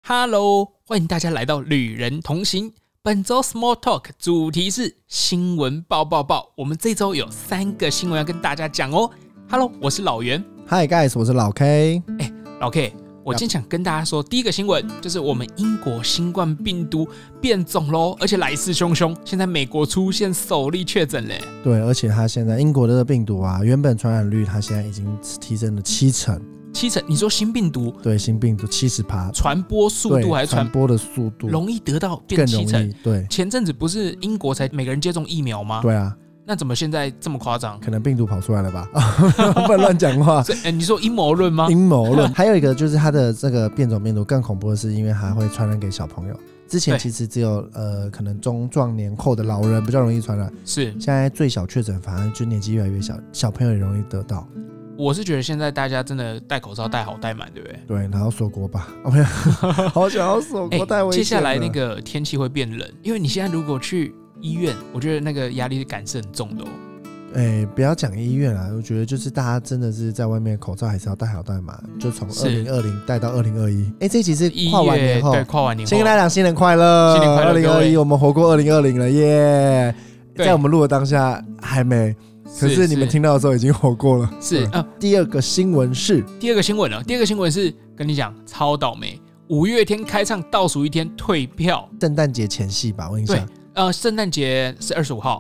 Hello， 欢迎大家来到旅人同行。本周 Small Talk 主题是新闻报报报。我们这周有3个新闻要跟大家讲哦。Hello， 我是老袁。 Hi guys， 我是老 K。 老 K， 我今天想跟大家说，第一个新闻就是我们英国新冠病毒变种喽，而且来势汹汹。现在美国出现首例确诊嘞。 对，而且它现在英国的病毒啊，原本传染率它现在已经提升了70%。 70%？你说新病毒？ 对，新病毒70%， 传播速度还是传播的速度容易得到变更容 70%？ 易。对， 前阵子不是英国才每个人接种疫苗吗？ 对啊。 那怎么现在这么夸张？ 可能病毒跑出来了吧？不能乱讲话。 你说阴谋论吗？ 阴谋论。还有一个就是它的这个变种病毒更恐怖的是，因为它会传染给小朋友。之前其实只有可能中壮年后的老人比较容易传染， 是现在最小确诊反而就年纪越来越小，小朋友也容易得到。 我是觉得现在大家真的戴口罩戴好戴满，对不对？ 对，然后锁国吧。好想要锁国，太危险了。 接下来那个天气会变冷，因为你现在如果去医院，我觉得那个压力感是很重的哦。 不要讲医院啦，我觉得就是大家真的是在外面口罩还是要戴好戴满，就从2020戴到2021。这一集是跨完年后， 对，跨完年后， 先跟大家讲新年快乐， 新年快乐 ！2021，我们活过2020了耶！在我们录的当下还没。可是你们听到的时候已经活过了。 是第二个新闻是跟你讲超倒霉，5月天开唱倒数1天退票， 圣诞节前夕吧，我印象。 对，圣诞节是25号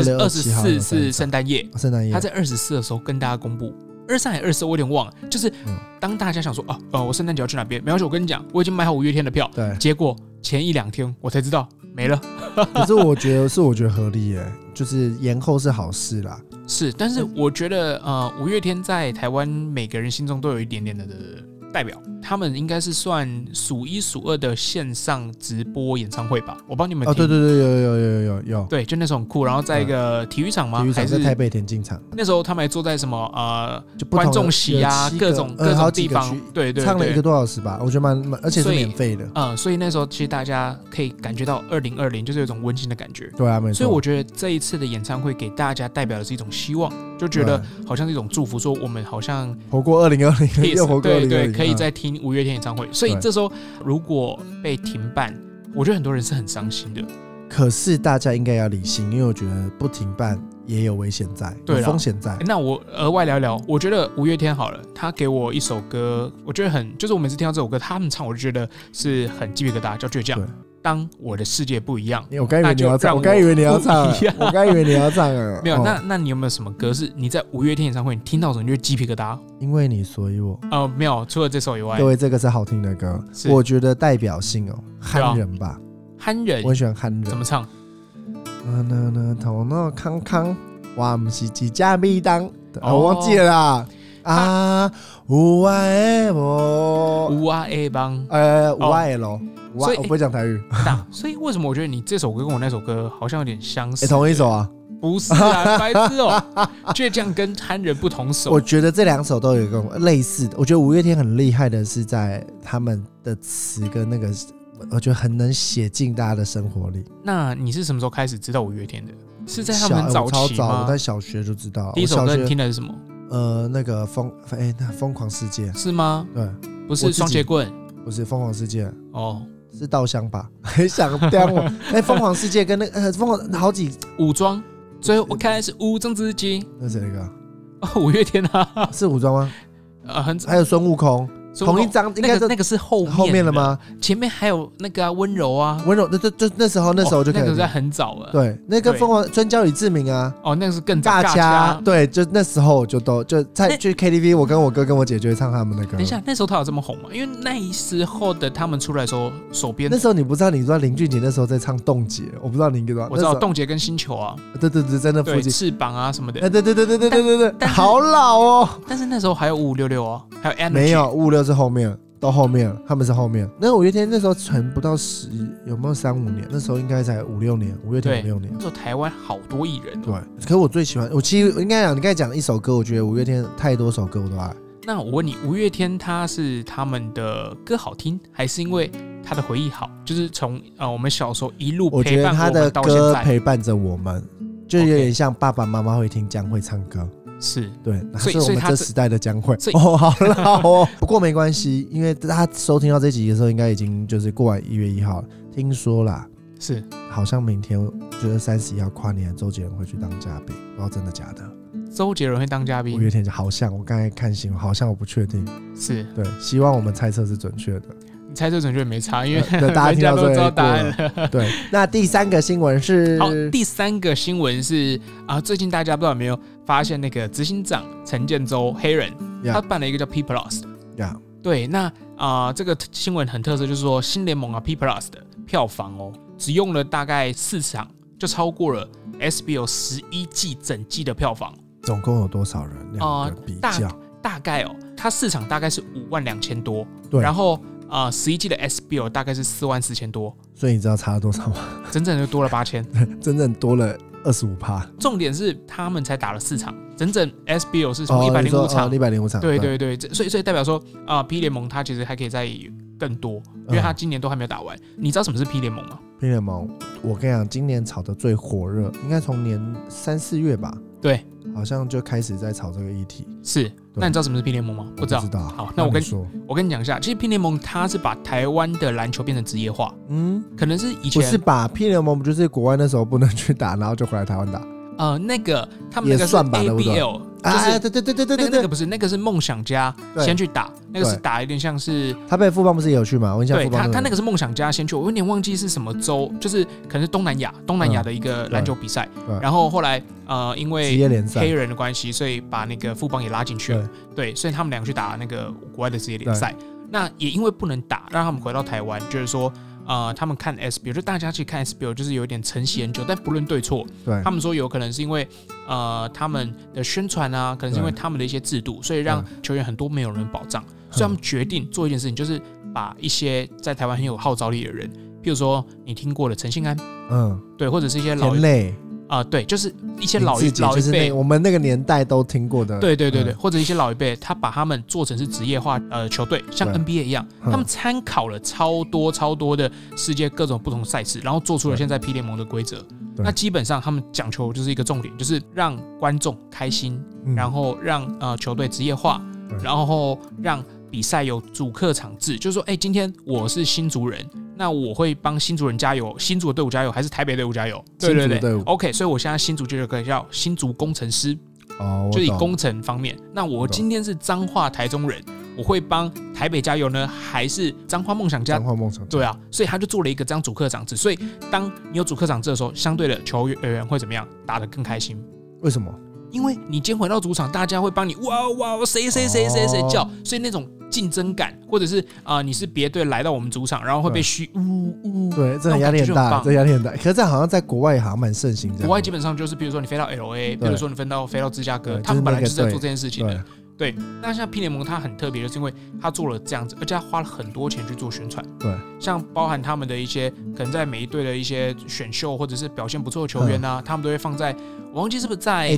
，24是圣诞夜。他在24的时候跟大家公布，23还24我有点忘了。就是当大家想说我圣诞节要去哪边，没关系，我跟你讲，我已经买好5月天的票。 对， 结果前1-2天我才知道没了。 可是我觉得合理耶，就是延后是好事啦。 是，但是我觉得5月天在台湾每个人心中都有一点点的代表，他们应该是算数1数2的线上直播演唱会吧？我帮你们听。 对，有。 对，就那时候很酷，然后在一个体育场吗？ 体育场在台北田径场。 那时候他们还坐在什么观众席啊，各种地方，对， 唱了1个多小时吧，我觉得而且是免费的。 所以那时候其实大家可以感觉到2020就是有一种温馨的感觉。 对啊，没错。 所以我觉得这一次的演唱会给大家代表的是一种希望，就觉得好像是一种祝福，说我们好像活过2020，又活过2020， 对，可以再听5月天演唱会。所以这时候如果被停办，我觉得很多人是很伤心的。 可是大家应该要理性，因为我觉得不停办也有危险在，有风险在。 那我额外聊聊，我觉得5月天好了，他给我一首歌，我觉得就是我每次听到这首歌，他们唱，我就觉得是很鸡皮疙瘩，叫倔强。当我的世界不一样， 我刚以为你要唱了， 没有。那你有没有什么歌是你在5月天演唱会你听到的时候你就鸡皮疙瘩？ 因为你所以我没有，除了这首以外， 各位这个是好听的歌，我觉得代表性憨人吧， 憨人， 我很喜欢憨人。 怎么唱？ 头脑康康，我不是一只米当，我忘记了啦。有爱的无， 有爱的梦， 有爱的咯。我不会讲台语。 所以为什么我觉得你这首歌跟我那首歌好像有点相似？ 同一首啊？ 不是啊，白痴哦！倔强跟憨人不同首。 我觉得这2首都有一个类似的。我觉得5月天很厉害的是在他们的词跟那个，我觉得很能写进大家的生活里。 那你是什么时候开始知道5月天的？是在他们早期吗？ 我在小学就知道。 第一首歌你听的是什么？ 那个疯狂世界是吗？ 对， 不是双截棍， 不是疯狂世界哦。 是稻香吧？很想刁我。疯狂世界跟那个疯狂好几武装，最后我开始武装自己。 那是哪个 ？5月天啊？ 是武装吗？还有孙悟空。同一张应该那个是后面了吗？ 前面还有那个温柔啊， 温柔那时候就可以。 那个在很早了。 对，那个疯狂春娇与志明啊。 那个是更大家对，就那时候就在去 KTV， 我跟我哥跟我姐就会唱他们的歌。 等一下，那时候他有这么红吗？因为那时候的他们出来的时候，手边那时候你知道林俊杰那时候在唱《冻结》，我不知道你知道。 我知道《冻结》跟《星球》啊。 对，在那附近。 翅膀啊什么的。 对，好老哦。 但是那时候还有5566啊，还有 Energy。 没有5566是后面。到后面他们是后面。那5月天那时候存不到有没有3-5年？那时候应该才5-6年。5月天5-6年。 那时候台湾好多艺人。 对，可是我最喜欢，我其实应该讲，你刚才讲一首歌，我觉得5月天太多首歌我都爱。 那我问你，5月天他是他们的歌好听，还是因为他的回忆好？就是从我们小时候一路陪伴我们到现在。 我觉得他的歌陪伴着我们，就有点像爸爸妈妈会听江蕙唱歌。 是对，所以我们这时代的江蕙好老哦。不过没关系，因为大家收听到这集的时候，应该已经就是过完1月1号了。听说啦， 是好像明天就是31号跨年，周杰伦会去当嘉宾，不知道真的假的。 周杰伦会当嘉宾？5 月天好像，我刚才看新闻，好像我不确定。 是对，希望我们猜测是准确的。 你猜测准确没差，因为大家听到都知道答案了。 对，那第3个新闻是， 好，第3个新闻是最近大家不知道有没有发现那个执行长陈建州黑人，他办了一个叫 P Plus 的。对，那这个新闻很特色，就是说新联盟P Plus 的票房只用了大概4场，就超过了 SBO 11季整季的票房。 总共有多少人？2个比较大概它4场大概是52000多，然后11季的 SBO 大概是44000多， 所以你知道差了多少吗？ 整整就多了8000， 整整多了25%。 重点是他们才打了4场，整整 SBO 是从105场 ，105场， 对，所以代表说P 联盟它其实还可以再更多，因为它今年都还没有打完。你知道什么是 P 联盟吗 ？P 联盟，我跟你讲，今年炒的最火热，应该从年3、4月吧？ 对。 好像就开始在炒这个议题。 是，那你知道什么是 P 联盟吗？ 不知道。 好，那我跟你讲一下，其实 P 联盟它是把台湾的篮球变成职业化。可能是以前不是把 P 联盟不就是国外那时候不能去打，然后就回来台湾打？ 那个他们那个是 ABL， 对，那个不是，那个是梦想家先去打，那个是打有点像是台北富邦不是也有去吗？我印象对他那个是梦想家先去，我有点忘记是什么州，就是可能是东南亚的一个篮球比赛，然后后来因为黑人的关系，所以把那个富邦也拉进去了，对，所以他们两个去打那个国外的职业联赛，那也因为不能打，让他们回到台湾，就是说。他们看 SBO， 就大家去看 SBO， 就是有点承袭很久，但不论对错，他们说有可能是因为他们的宣传啊，可能是因为他们的一些制度，所以让球员很多没有人保障，所以他们决定做一件事情，就是把一些在台湾很有号召力的人，譬如说你听过的陈信安，对，或者是一些老对，就是一些老一辈， 我们那个年代都听过的， 对，或者一些老一辈，他把他们做成是职业化球队，像 NBA 一样，他们参考了超多的世界各种不同赛事，然后做出了现在 P 联盟的规则。那基本上他们讲求就是一个重点，就是让观众开心，然后让球队职业化，然后让比赛有主客场制，就是说，今天我是新竹人。那我会帮新竹人加油，新竹的队伍加油，还是台北队伍加油？对 ，OK， 所以我现在新竹就有个叫新竹工程师，就是以工程方面。那我今天是彰化台中人，我会帮台北加油呢，还是彰化梦想家？对啊，所以他就做了一个这样主客场制。所以当你有主客场制的时候，相对的球员会怎么样？打得更开心。 为什么？ 因为你今天回到主场，大家会帮你哇谁叫，所以那种竞争感，或者是你是别队来到我们主场，然后会被对，这压力很大，这压力很大。可是这好像在国外好像蛮盛行。 国外基本上就是，比如说你飞到 LA， 比如说你飞到芝加哥，他们本来就是在做这件事情的。对，那像 P 联盟它很特别，就是因为它做了这样子，而且它花了很多钱去做宣传。 对， 像包含他们的一些可能在每一队的一些选秀或者是表现不错的球员啊，他们都会放在，我忘记是不是在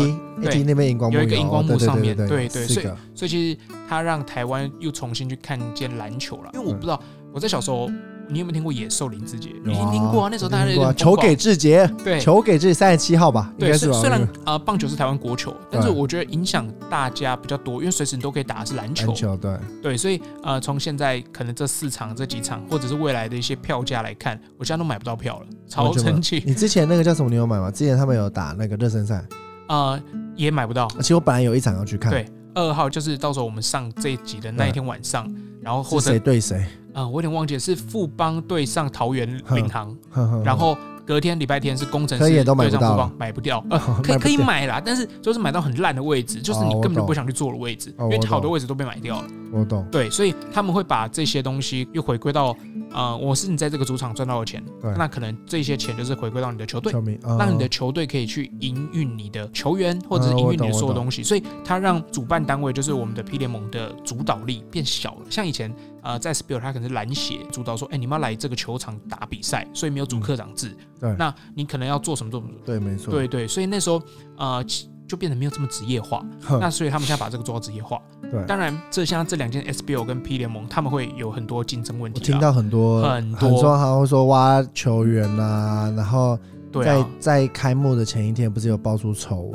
AT 那边荧光幕有一个荧光幕上面，对，所以其实它让台湾又重新去看见篮球了。因为我不知道我在小时候。你有没有听过野兽林志杰？你一定听过啊，那时候大家有点球给志杰， 对， 球给志杰37号吧，应该是吧。 虽然棒球是台湾国球，但是我觉得影响大家比较多，因为随时你都可以打的是篮球，对，所以从现在可能这4场、这几场，或者是未来的一些票价来看，我现在都买不到票了，超生气。 你之前那个叫什么？你有买吗？之前他们有打那个热身赛， 也买不到。 其实我本来有一场要去看， 对，2号就是到时候我们上这一集的那一天晚上，然后或者谁对谁？ 我有点忘记是富邦对上桃园领航，然后隔天礼拜天是工程师对上富邦，买不掉，可以买啦，但是就是买到很烂的位置，就是你根本就不想去坐的位置，因为好多位置都被买掉了。 我懂。 对，所以他们会把这些东西又回归到我是你在这个主场赚到的钱，那可能这些钱就是回归到你的球队，让你的球队可以去营运你的球员，或者是营运你的所有东西，所以它让主办单位就是我们的 P 联盟的主导力变小了。像以前在 SBL 它可能是篮协主导说，你们要来这个球场打比赛，所以没有主客场制，那你可能要做什么做什么， 对，没错， 对，所以那时候就变得没有这么职业化，那所以他们现在把这个做到职业化。对，当然像这2件 SBL 跟 P 联盟，他们会有很多竞争问题。 我听到很多好像说挖球员啊，然后在开幕的前一天不是有爆出丑闻，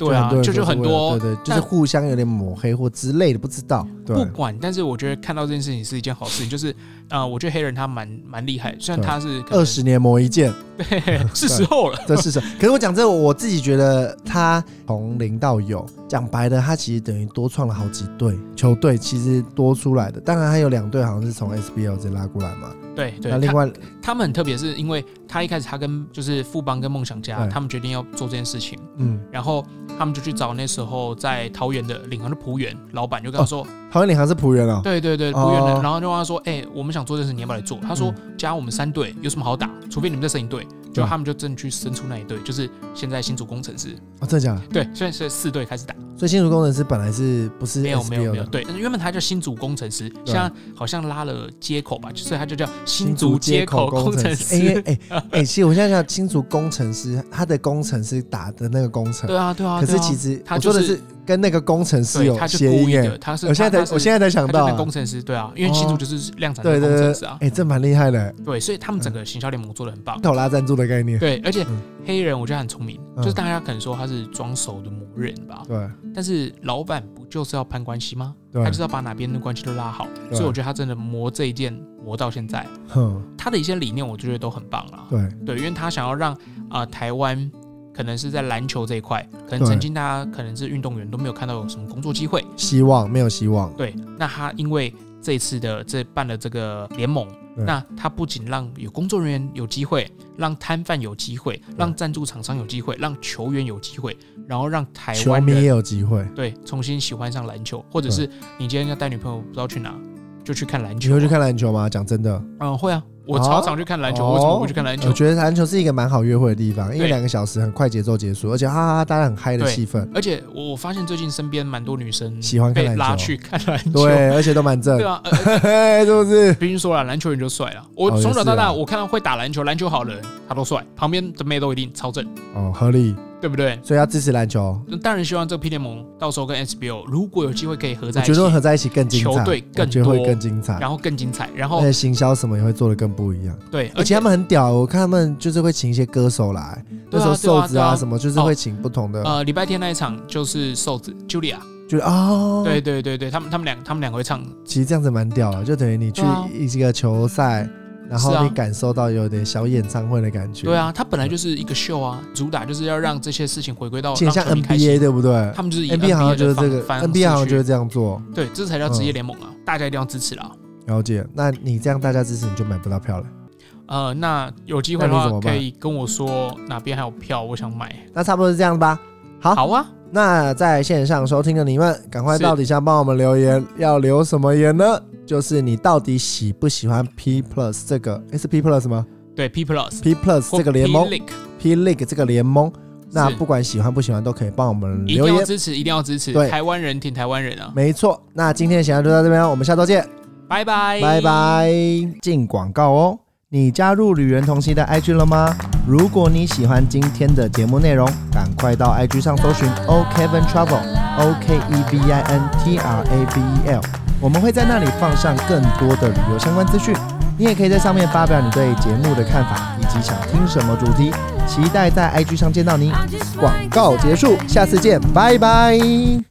对啊，就很多， 对，就是互相有点抹黑或之类的，不知道。 不管，但是我觉得看到这件事情是一件好事情，就是我觉得黑人他蛮厉害，虽然他是 20年磨一剑， 对，是时候了， 这是时候。可是我讲这个，我自己觉得他从零到有，讲白的，他其实等于多创了好几队球队，其实多出来的。当然还有2队好像是从 SBL 直接拉过来嘛。 对， 那另外他们很特别，是因为他一开始他跟就是富邦跟梦想家，他们决定要做这件事情，然后他们就去找那时候在桃园的领航的璞园老板，就跟他说， 桃园领航是璞园哦， 对，璞园的，然后就问他说，我们想做这件事，你要不要来做？他说，加我们3队有什么好打？除非你们再生一队。就他们就真的去生出那一队，就是现在新竹工程师。 真的假的？ 对，所以4队开始打。 所以新竹工程师本来是不是 SBL 没有，对，原本他叫新竹工程师，现在好像拉了接口吧，所以他就叫新竹接口工程师。 其实我现在想新竹工程师，他的工程师打的那个工程， 对啊。 可是其实我说的是跟那个工程师有谐音耶。我现在才想到， 工程师对啊，因为新竹就是量产的工程师啊。 这蛮厉害的。 对，所以他们整个行销联盟做得很棒， 头拉赞助的概念。 对，而且黑人我觉得很聪明，就是大家可能说他是装熟的魔人吧。 对， 但是老板不就是要攀关系吗？他就是要把哪边的关系都拉好，所以我觉得他真的磨这一件磨到现在，他的一些理念我觉得都很棒啦。对，因为他想要让台湾可能是在篮球这一块，可能曾经大家可能是运动员都没有看到有什么工作机会， 没有希望。 对，那他因为这一次的办了这个联盟，那他不仅让有工作人员有机会，让摊贩有机会，让赞助厂商有机会，让球员有机会，然后让台湾人球迷也有机会， 对，重新喜欢上篮球，或者是你今天要带女朋友不知道去哪，就去看篮球。 你会去看篮球吗？讲真的， 会啊。我超常去看篮球，为什么我会去看篮球？ 我觉得篮球是一个蛮好约会的地方，因为2个小时很快节奏结束，而且大家很嗨的气氛。 而且我发现最近身边蛮多女生喜欢看篮球， 被拉去看篮球， 对，而且都蛮正。 对啊， 是不是？ 毕竟说了，篮球人就帅了。我从小到大，我看到会打篮球好的人，他都帅，旁边的妹都一定超正。 合理。 对不对？ 所以要支持篮球。 当然希望这个 P 联盟到时候跟 SBL 如果有机会可以合在一起， 我觉得合在一起更精彩， 球队更多， 会更精彩， 然后更精彩，然后行销什么也会做得更不一样。 对， 而且他们很屌，我看他们就是会请一些歌手来，那时候瘦子什么，就是会请不同的。 礼拜天那一场就是瘦子 Julia。 对， 他们两个会唱。 其实这样子蛮屌的，就等于你去一个球赛。然后你感受到有点小演唱会的感觉。 对啊，它本来就是一个秀啊，主打就是要让这些事情回归到像 NBA 对不对？ 他们就是以 NBA 好像就是这个 NBA 好像就是这样做。 对，这才叫职业联盟啊，大家一定要支持啦。 了解，那你这样大家支持你就买不到票了。 那有机会的话可以跟我说哪边还有票，我想买。 那差不多是这样吧。好啊。那在线上收听的你们，赶快到底下帮我们留言，要留什么言呢？就是你到底喜不喜欢 P Plus 这个？是 P Plus 吗？ 对 ，P Plus 这个联盟 ，P League 这个联盟。那不管喜欢不喜欢都可以帮我们留言， 一定要支持，台湾人挺台湾人啊！ 没错。那今天的闲聊就到这边，我们下周见， 拜拜， 拜拜。进广告哦。你加入旅人同行的 IG 了吗？如果你喜欢今天的节目内容，赶快到 IG 上搜寻 OKEVIN Travel OKEVIN TRAVEL， 我们会在那里放上更多的旅游相关资讯。你也可以在上面发表你对节目的看法，以及想听什么主题。期待在 IG 上见到你。广告结束，下次见，拜拜。